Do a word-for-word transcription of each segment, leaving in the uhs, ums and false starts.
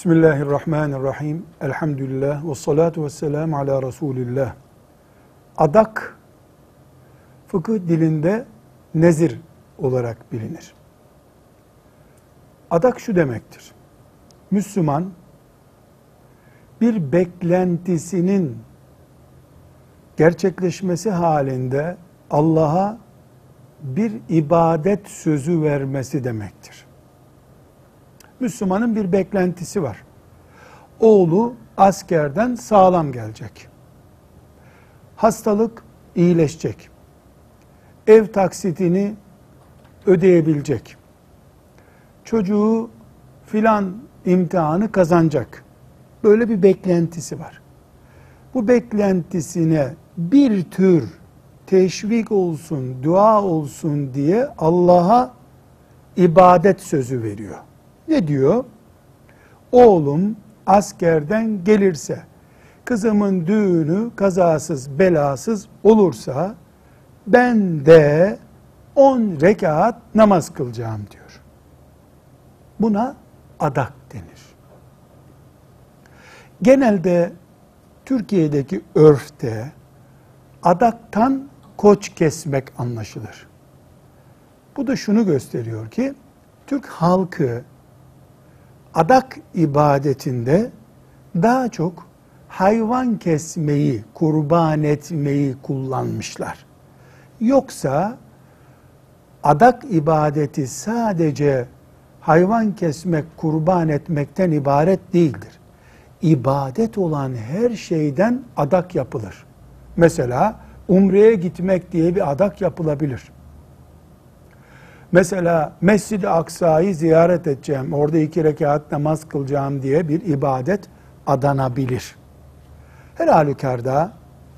Bismillahirrahmanirrahim. Elhamdülillah ve salatu vesselamu ala Resulillah. Adak, fıkıh dilinde nezir olarak bilinir. Adak şu demektir: Müslüman bir beklentisinin gerçekleşmesi halinde Allah'a bir ibadet sözü vermesi demektir. Müslümanın bir beklentisi var. Oğlu askerden sağlam gelecek. Hastalık iyileşecek. Ev taksitini ödeyebilecek. Çocuğu filan imtihanı kazanacak. Böyle bir beklentisi var. Bu beklentisine bir tür teşvik olsun, dua olsun diye Allah'a ibadet sözü veriyor. Ne diyor? Oğlum askerden gelirse, kızımın düğünü kazasız belasız olursa ben de on rekat namaz kılacağım diyor. Buna adak denir. Genelde Türkiye'deki örfte adaktan koç kesmek anlaşılır. Bu da şunu gösteriyor ki Türk halkı adak ibadetinde daha çok hayvan kesmeyi, kurban etmeyi kullanmışlar. Yoksa adak ibadeti sadece hayvan kesmek, kurban etmekten ibaret değildir. İbadet olan her şeyden adak yapılır. Mesela umreye gitmek diye bir adak yapılabilir. Mesela Mescid-i Aksa'yı ziyaret edeceğim, orada iki rekat namaz kılacağım diye bir ibadet adanabilir. Her halükarda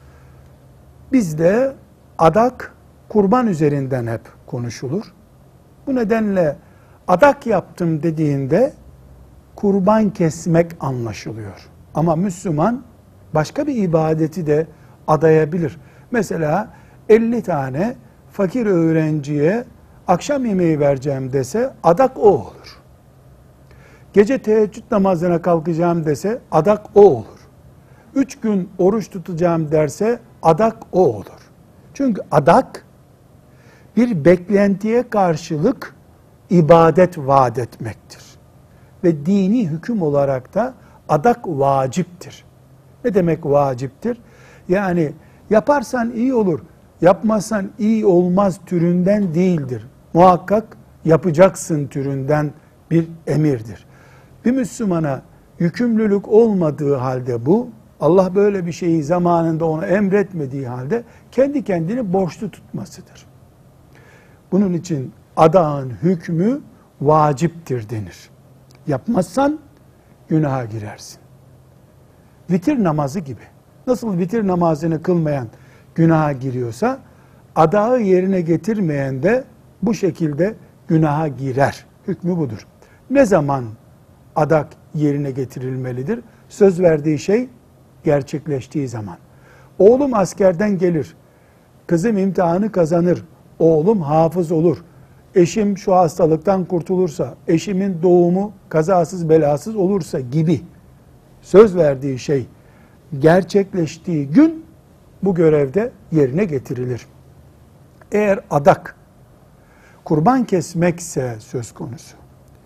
bizde adak kurban üzerinden hep konuşulur. Bu nedenle adak yaptım dediğinde kurban kesmek anlaşılıyor. Ama Müslüman başka bir ibadeti de adayabilir. Mesela elli tane fakir öğrenciye akşam yemeği vereceğim dese adak o olur. Gece teheccüd namazına kalkacağım dese adak o olur. Üç gün oruç tutacağım derse adak o olur. Çünkü adak bir beklentiye karşılık ibadet vaat etmektir. Ve dini hüküm olarak da adak vaciptir. Ne demek vaciptir? Yani yaparsan iyi olur, yapmazsan iyi olmaz türünden değildir. Muhakkak yapacaksın türünden bir emirdir. Bir Müslümana yükümlülük olmadığı halde bu, Allah böyle bir şeyi zamanında ona emretmediği halde kendi kendini borçlu tutmasıdır. Bunun için adağın hükmü vaciptir denir. Yapmazsan günaha girersin. Vitir namazı gibi. Nasıl vitir namazını kılmayan günaha giriyorsa, adağı yerine getirmeyen de bu şekilde günaha girer. Hükmü budur. Ne zaman adak yerine getirilmelidir? Söz verdiği şey gerçekleştiği zaman. Oğlum askerden gelir, kızım imtihanı kazanır, oğlum hafız olur, eşim şu hastalıktan kurtulursa, eşimin doğumu kazasız belasız olursa gibi söz verdiği şey gerçekleştiği gün bu görevde yerine getirilir. Eğer adak kurban kesmekse söz konusu,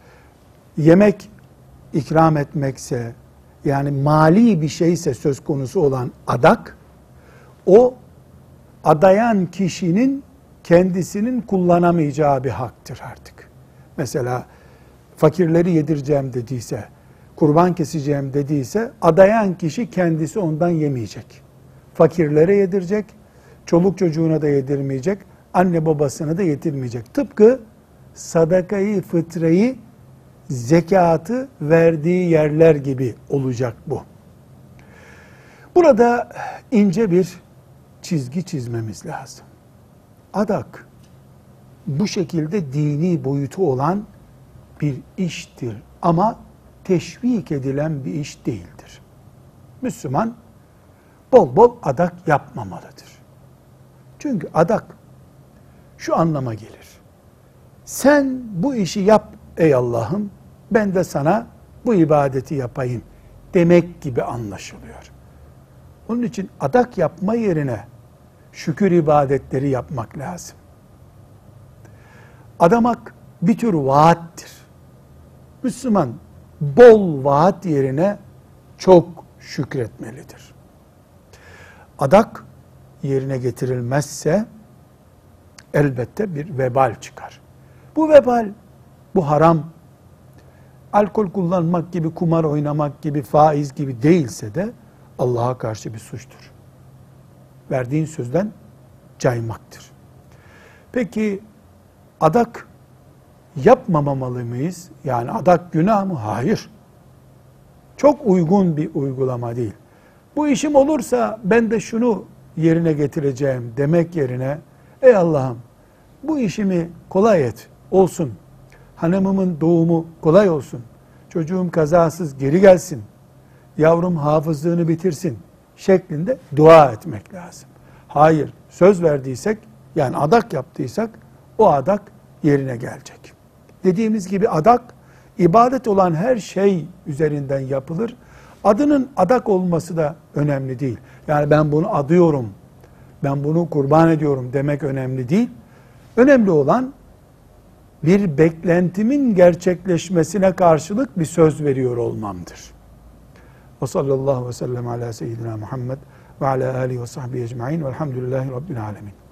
yemek ikram etmekse, yani mali bir şeyse söz konusu olan adak, o adayan kişinin kendisinin kullanamayacağı bir haktır artık. Mesela fakirleri yedireceğim dediyse, kurban keseceğim dediyse, adayan kişi kendisi ondan yemeyecek. Fakirlere yedirecek, çoluk çocuğuna da yedirmeyecek, anne babasına da yedirmeyecek. Tıpkı sadakayı, fıtrayı, zekatı verdiği yerler gibi olacak bu. Burada ince bir çizgi çizmemiz lazım. Adak bu şekilde dini boyutu olan bir iştir ama teşvik edilen bir iş değildir. Müslüman bol bol adak yapmamalıdır. Çünkü adak şu anlama gelir: sen bu işi yap ey Allah'ım, ben de sana bu ibadeti yapayım demek gibi anlaşılıyor. Onun için adak yapma yerine şükür ibadetleri yapmak lazım. Adamak bir tür vaattir. Müslüman bol vaat yerine çok şükretmelidir. Adak yerine getirilmezse elbette bir vebal çıkar. Bu vebal, bu haram, alkol kullanmak gibi, kumar oynamak gibi, faiz gibi değilse de Allah'a karşı bir suçtur. Verdiğin sözden caymaktır. Peki adak yapmamalı mıyız? Yani adak günah mı? Hayır. Çok uygun bir uygulama değil. Bu işim olursa ben de şunu yerine getireceğim demek yerine, ey Allah'ım bu işimi kolay et, olsun. Hanımımın doğumu kolay olsun. Çocuğum kazasız geri gelsin. Yavrum hafızlığını bitirsin şeklinde dua etmek lazım. Hayır, söz verdiysek, yani adak yaptıysak o adak yerine gelecek. Dediğimiz gibi adak, ibadet olan her şey üzerinden yapılır. Adının adak olması da önemli değil. Yani ben bunu adıyorum, ben bunu kurban ediyorum demek önemli değil. Önemli olan bir beklentimin gerçekleşmesine karşılık bir söz veriyor olmamdır. Ve sallallahu aleyhi ve sellem ala seyyidina Muhammed ve ala alihi ve sahbihi ecma'in velhamdülillahi rabbil alemin.